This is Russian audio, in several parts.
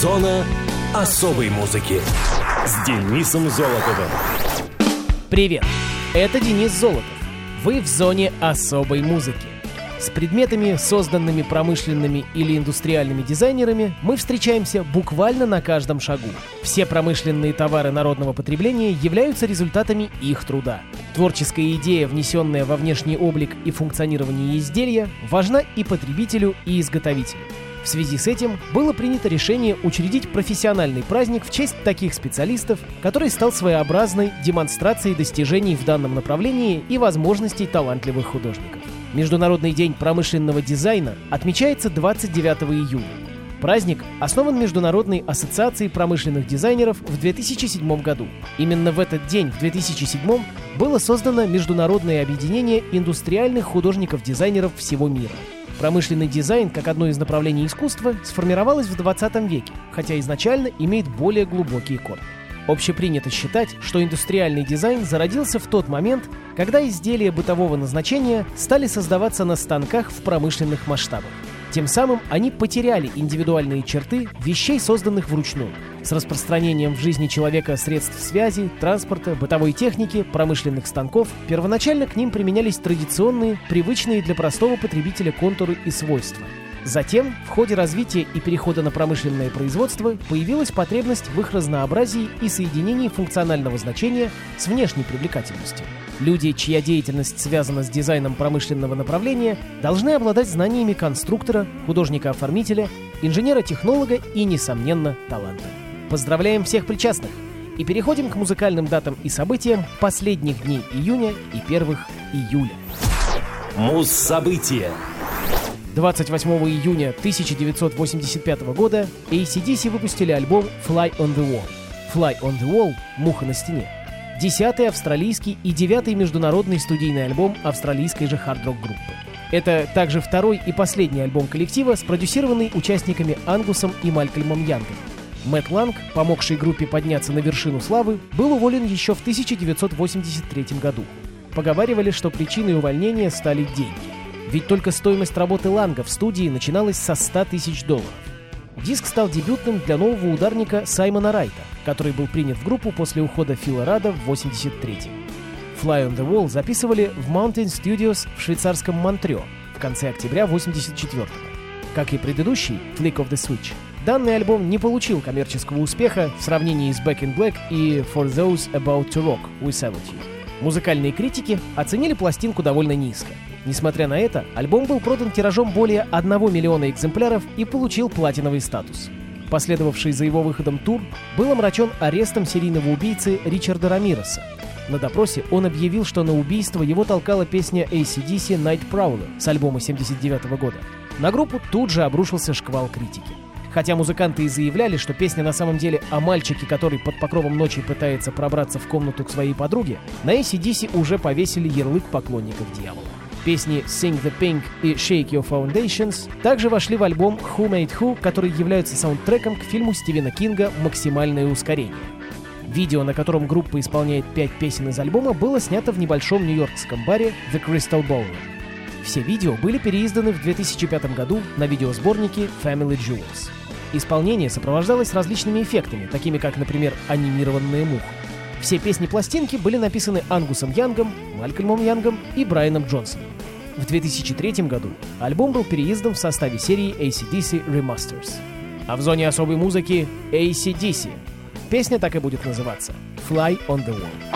Зона особой музыки с Денисом Золотовым. Привет, это Денис Золотов. Вы в зоне особой музыки. С предметами, созданными промышленными или индустриальными дизайнерами, мы встречаемся буквально на каждом шагу. Все промышленные товары народного потребления являются результатами их труда. Творческая идея, внесенная во внешний облик и функционирование изделия, важна и потребителю, и изготовителю. В связи с этим было принято решение учредить профессиональный праздник в честь таких специалистов, который стал своеобразной демонстрацией достижений в данном направлении и возможностей талантливых художников. Международный день промышленного дизайна отмечается 29 июля. Праздник основан Международной ассоциацией промышленных дизайнеров в 2007 году. Именно в этот день, в 2007, было создано Международное объединение индустриальных художников-дизайнеров всего мира. Промышленный дизайн, как одно из направлений искусства, сформировалось в 20 веке, хотя изначально имеет более глубокие корни. Общепринято считать, что индустриальный дизайн зародился в тот момент, когда изделия бытового назначения стали создаваться на станках в промышленных масштабах. Тем самым они потеряли индивидуальные черты вещей, созданных вручную. С распространением в жизни человека средств связи, транспорта, бытовой техники, промышленных станков, первоначально к ним применялись традиционные, привычные для простого потребителя контуры и свойства. Затем, в ходе развития и перехода на промышленное производство, появилась потребность в их разнообразии и соединении функционального значения с внешней привлекательностью. Люди, чья деятельность связана с дизайном промышленного направления, должны обладать знаниями конструктора, художника-оформителя, инженера-технолога и, несомненно, талантом. Поздравляем всех причастных! И переходим к музыкальным датам и событиям последних дней июня и первых июля. Муз-события. 28 июня 1985 года AC/DC выпустили альбом «Fly on the Wall». «Fly on the Wall» — «Муха на стене». 10-й австралийский и 9-й международный студийный альбом австралийской же хард-рок группы. Это также второй и последний альбом коллектива, спродюсированный участниками Ангусом и Малькольмом Янгом. Мэтт Ланг, помогший группе подняться на вершину славы, был уволен еще в 1983 году. Поговаривали, что причиной увольнения стали деньги. Ведь только стоимость работы Ланга в студии начиналась со $100 000. Диск стал дебютным для нового ударника Саймона Райта, который был принят в группу после ухода Фила Радда в 1983-м. «Fly on the Wall» записывали в Mountain Studios в швейцарском Монтрео в конце октября 1984-го. Как и предыдущий «Flick of the Switch», данный альбом не получил коммерческого успеха в сравнении с «Back in Black» и «For Those About to Rock with Savage». Музыкальные критики оценили пластинку довольно низко. Несмотря на это, альбом был продан тиражом более 1 миллиона экземпляров и получил платиновый статус. Последовавший за его выходом тур был омрачен арестом серийного убийцы Ричарда Рамиреса. На допросе он объявил, что на убийство его толкала песня AC/DC «Night Prowler» с альбома 1979 года. На группу тут же обрушился шквал критики. Хотя музыканты и заявляли, что песня на самом деле о мальчике, который под покровом ночи пытается пробраться в комнату к своей подруге, на AC/DC уже повесили ярлык поклонников дьявола. Песни «Sing the Pink» и «Shake Your Foundations» также вошли в альбом «Who Made Who», который является саундтреком к фильму Стивена Кинга «Максимальное ускорение». Видео, на котором группа исполняет 5 песен из альбома, было снято в небольшом нью-йоркском баре The Crystal Ballroom. Все видео были переизданы в 2005 году на видеосборнике Family Jewels. Исполнение сопровождалось различными эффектами, такими как, например, анимированная муха. Все песни пластинки были написаны Ангусом Янгом, Малькольмом Янгом и Брайаном Джонсоном. В 2003 году альбом был переиздан в составе серии AC/DC Remasters. А в зоне особой музыки AC/DC. Песня так и будет называться «Fly on the Wall».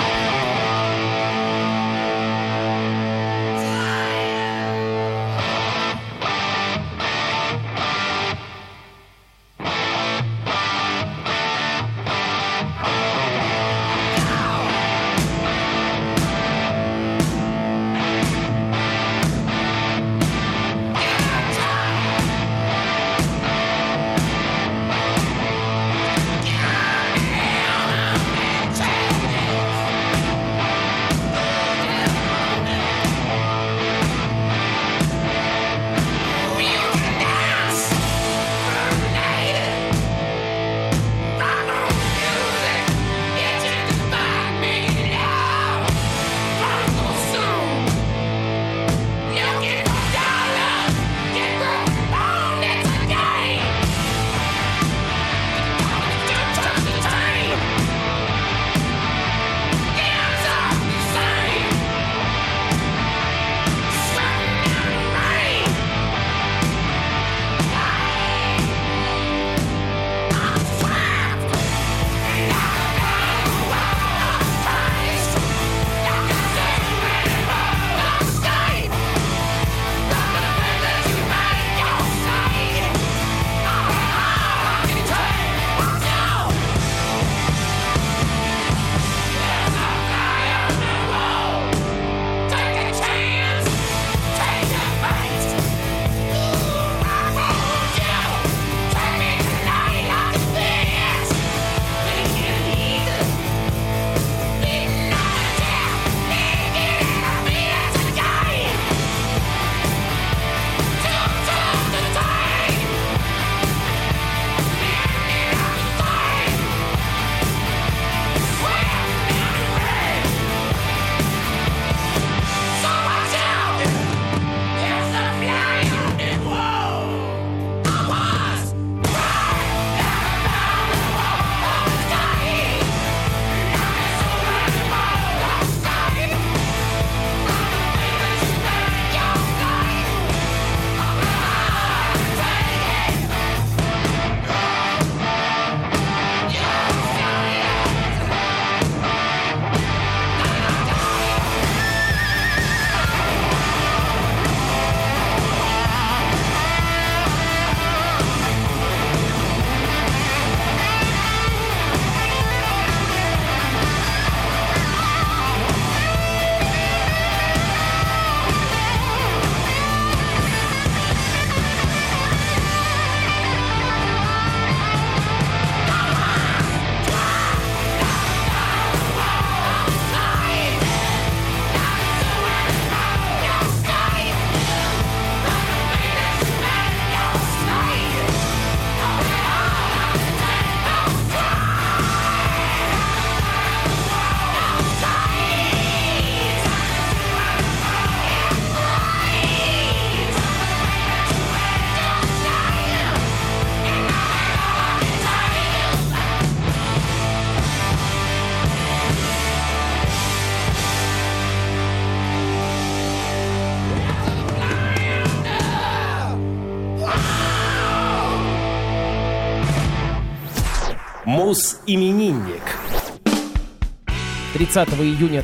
Мус-именинник. 30 июня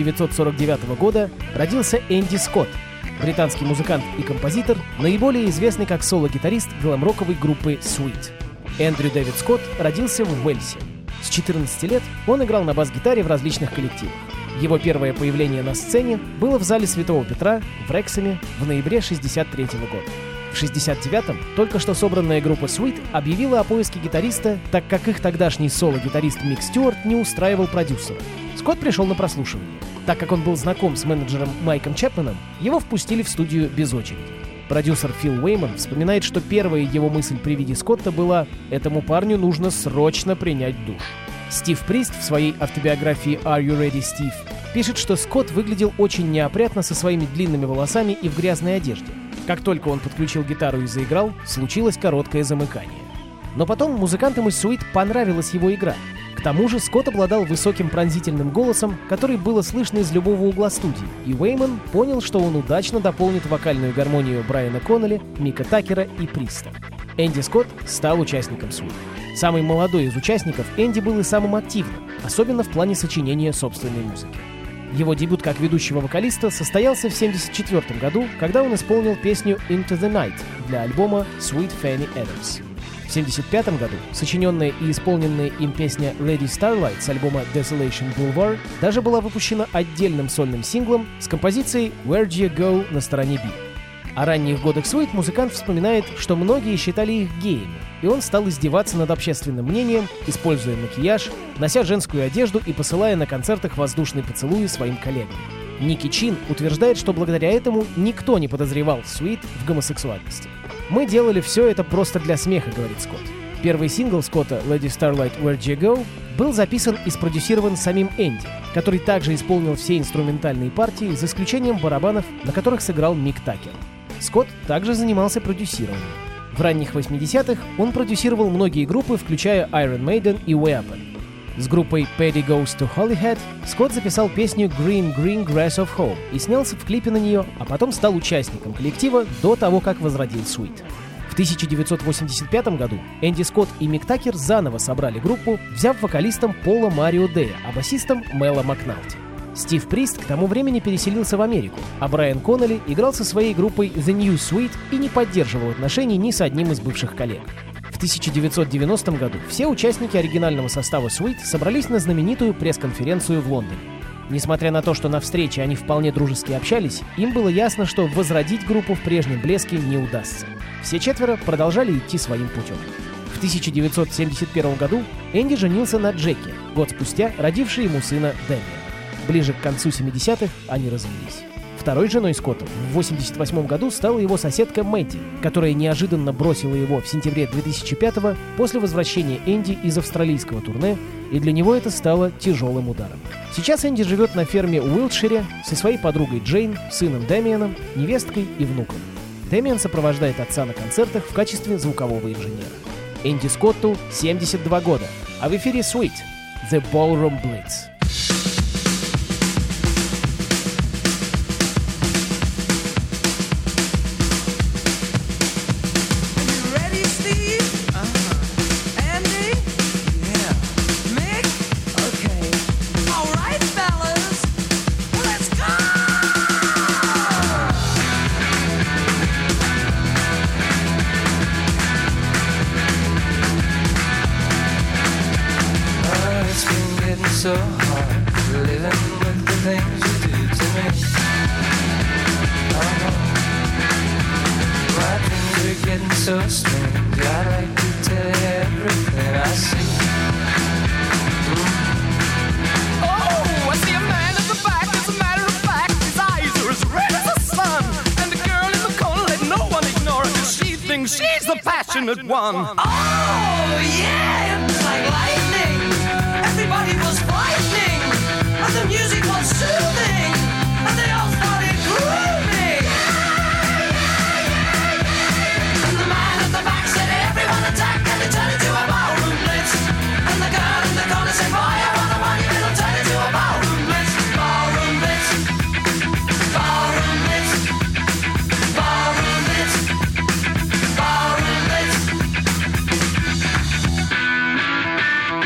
1949 года родился Энди Скотт, британский музыкант и композитор, наиболее известный как соло-гитарист глэм-роковой группы Sweet. Эндрю Дэвид Скотт родился в Уэльсе. С 14 лет он играл на бас-гитаре в различных коллективах. Его первое появление на сцене было в зале Святого Петра в Рексаме в ноябре 1963 года. В 1969-м только что собранная группа Sweet объявила о поиске гитариста, так как их тогдашний соло-гитарист Мик Стюарт не устраивал продюсера. Скотт пришел на прослушивание. Так как он был знаком с менеджером Майком Чепменом, его впустили в студию без очереди. Продюсер Фил Уэйман вспоминает, что первая его мысль при виде Скотта была: «Этому парню нужно срочно принять душ». Стив Прист в своей автобиографии «Are You Ready, Steve?» пишет, что Скотт выглядел очень неопрятно со своими длинными волосами и в грязной одежде. Как только он подключил гитару и заиграл, случилось короткое замыкание. Но потом музыкантам из Sweet понравилась его игра. К тому же Скотт обладал высоким пронзительным голосом, который было слышно из любого угла студии, и Уэйман понял, что он удачно дополнит вокальную гармонию Брайана Коннелли, Мика Такера и Приста. Энди Скотт стал участником Sweet. Самый молодой из участников, Энди был и самым активным, особенно в плане сочинения собственной музыки. Его дебют как ведущего вокалиста состоялся в 1974 году, когда он исполнил песню «Into the Night» для альбома «Sweet Fanny Adams». В 1975 году сочиненная и исполненная им песня «Lady Starlight» с альбома «Desolation Boulevard» даже была выпущена отдельным сольным синглом с композицией «Where'd You Go» на стороне B. О ранних годах Sweet музыкант вспоминает, что многие считали их геями, и он стал издеваться над общественным мнением, используя макияж, нося женскую одежду и посылая на концертах воздушные поцелуи своим коллегам. Ники Чин утверждает, что благодаря этому никто не подозревал Sweet в гомосексуальности. «Мы делали все это просто для смеха», — говорит Скотт. Первый сингл Скотта «Lady Starlight, Where'd You Go» был записан и спродюсирован самим Энди, который также исполнил все инструментальные партии, за исключением барабанов, на которых сыграл Мик Такер. Скотт также занимался продюсированием. В ранних 80-х он продюсировал многие группы, включая Iron Maiden и Weapon. С группой Paddy Goes to Holyhead Скотт записал песню «Green Green Grass of Home» и снялся в клипе на нее, а потом стал участником коллектива до того, как возродил Sweet. В 1985 году Энди Скотт и Мик Такер заново собрали группу, взяв вокалистом Пола Марио Дея, а басистом Мела Макналти. Стив Прист к тому времени переселился в Америку, а Брайан Коннелли играл со своей группой The New Sweet и не поддерживал отношений ни с одним из бывших коллег. В 1990 году все участники оригинального состава Sweet собрались на знаменитую пресс-конференцию в Лондоне. Несмотря на то, что на встрече они вполне дружески общались, им было ясно, что возродить группу в прежнем блеске не удастся. Все четверо продолжали идти своим путем. В 1971 году Энди женился на Джеки, год спустя родившей ему сына Дэмиана. Ближе к концу 70-х они развелись. Второй женой Скотта в 1988 году стала его соседка Мэтти, которая неожиданно бросила его в сентябре 2005-го после возвращения Энди из австралийского турне, и для него это стало тяжелым ударом. Сейчас Энди живет на ферме в Уилтшире со своей подругой Джейн, сыном Дэмианом, невесткой и внуком. Дэмиан сопровождает отца на концертах в качестве звукового инженера. Энди Скотту 72 года, а в эфире Sweet — The Ballroom Blitz. So hard living with the things you do to me. Oh, my dreams are getting so strange. I'd like to tell you everything I see. Oh, I see a man at the back. As a matter of fact, his eyes are as red as the sun. And the girl in the corner, let no one ignore her, 'cause she thinks she's the passionate one. Oh, yeah, it's like lightning. Everybody was frightening, and the music was soothing, and they all started grooving. And the man at the back said, everyone attack, and it turned into a ballroom blitz. And the girl in the corner said, boy, I want the money, it'll turn into a ballroom blitz. Ballroom blitz. Ballroom blitz. Ballroom blitz. Ballroom blitz.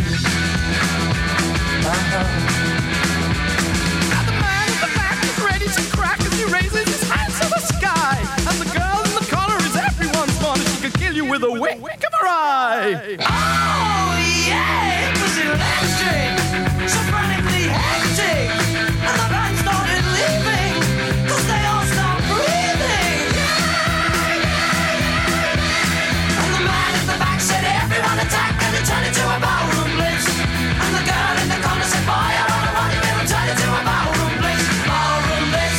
Now the man in the back is ready to crack as he raises his hands to the sky. And the girl in the corner is everyone's fun. She could kill you with a wink of her eye. Oh yeah, it was electric, so frantically hectic, and the band started leaving, 'cause they all stopped breathing. And the man at the back said, everyone attack, and it turned into a ballroom blitz. And the girl in the corner said, boy, I don't know what you will turn into a ballroom blitz. Ballroom blitz.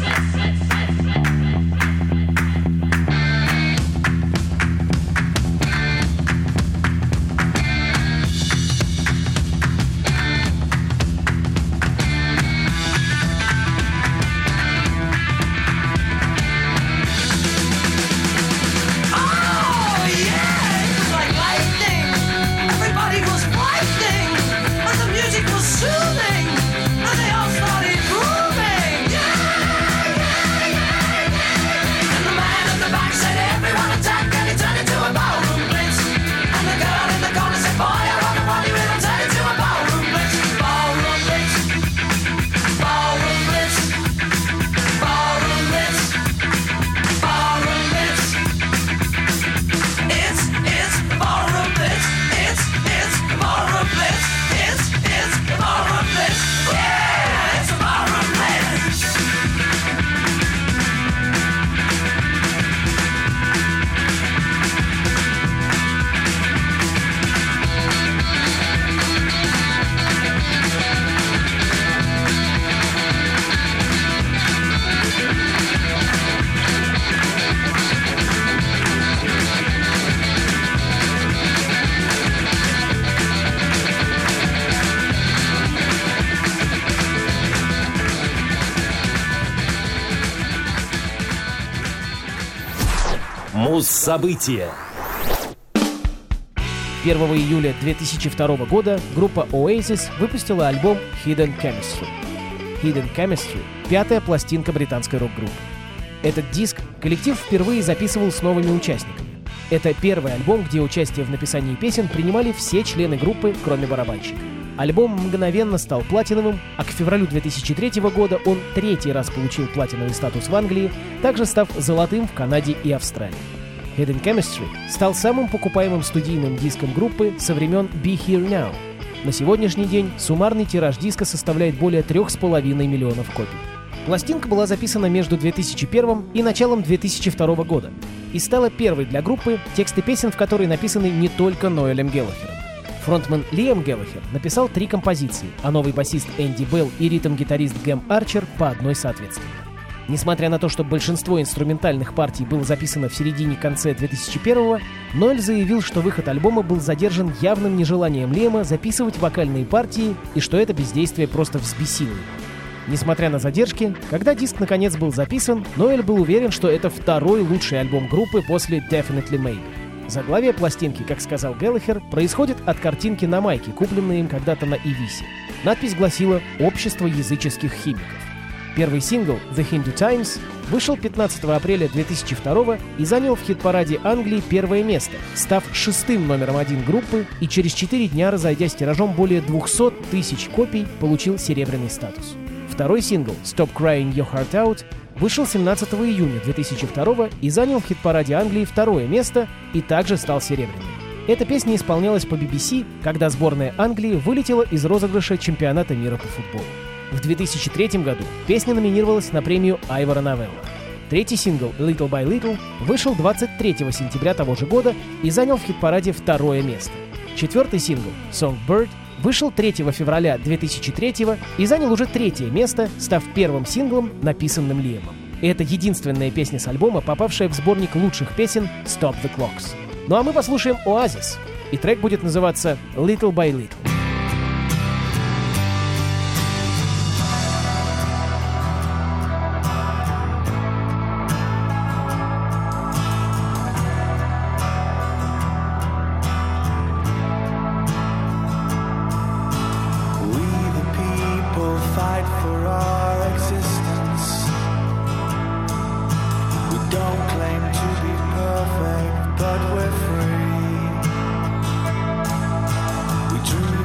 Муз-события. 1 июля 2002 года группа Oasis выпустила альбом Hidden Chemistry. Hidden Chemistry — пятая пластинка британской рок-группы. Этот диск коллектив впервые записывал с новыми участниками. Это первый альбом, где участие в написании песен принимали все члены группы, кроме барабанщика. Альбом мгновенно стал платиновым, а к февралю 2003 года он третий раз получил платиновый статус в Англии, также став золотым в Канаде и Австралии. Hidden Chemistry стал самым покупаемым студийным диском группы со времен Be Here Now. На сегодняшний день суммарный тираж диска составляет более 3,5 миллионов копий. Пластинка была записана между 2001 и началом 2002 года и стала первой для группы, тексты песен в которой написаны не только Ноэлем Геллахером. Фронтмен Лиам Геллахер написал 3 композиции, а новый басист Энди Белл и ритм-гитарист Гэм Арчер по одной соответственно. Несмотря на то, что большинство инструментальных партий было записано в середине-конце 2001-го, Ноэль заявил, что выход альбома был задержан явным нежеланием Лиама записывать вокальные партии и что это бездействие просто взбесило его. Несмотря на задержки, когда диск наконец был записан, Ноэль был уверен, что это второй лучший альбом группы после Definitely Maybe. Заглавие пластинки, как сказал Геллахер, происходит от картинки на майке, купленной им когда-то на Ивисе. Надпись гласила «Общество языческих химиков». Первый сингл «The Hindu Times» вышел 15 апреля 2002 и занял в хит-параде Англии первое место, став 6-м номером 1 группы и через 4 дня, разойдясь тиражом более 200 тысяч копий, получил серебряный статус. Второй сингл «Stop Crying Your Heart Out» вышел 17 июня 2002 и занял в хит-параде Англии второе место и также стал серебряным. Эта песня исполнялась по BBC, когда сборная Англии вылетела из розыгрыша чемпионата мира по футболу. В 2003 году песня номинировалась на премию Айвора Новелла. Третий сингл «Little by Little» вышел 23 сентября того же года и занял в хит-параде второе место. Четвертый сингл «Songbird» вышел 3 февраля 2003 и занял уже третье место, став первым синглом, написанным Лиамом. И это единственная песня с альбома, попавшая в сборник лучших песен «Stop the Clocks». Ну а мы послушаем Oasis, и трек будет называться «Little by Little». But we're free. We dream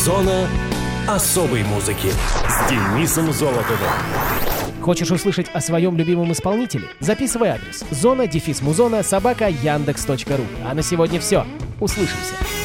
Зона особой музыки с Денисом Золотовым. Хочешь услышать о своем любимом исполнителе? Записывай адрес: zona-muzona@yandex.ru. А на сегодня все. Услышимся.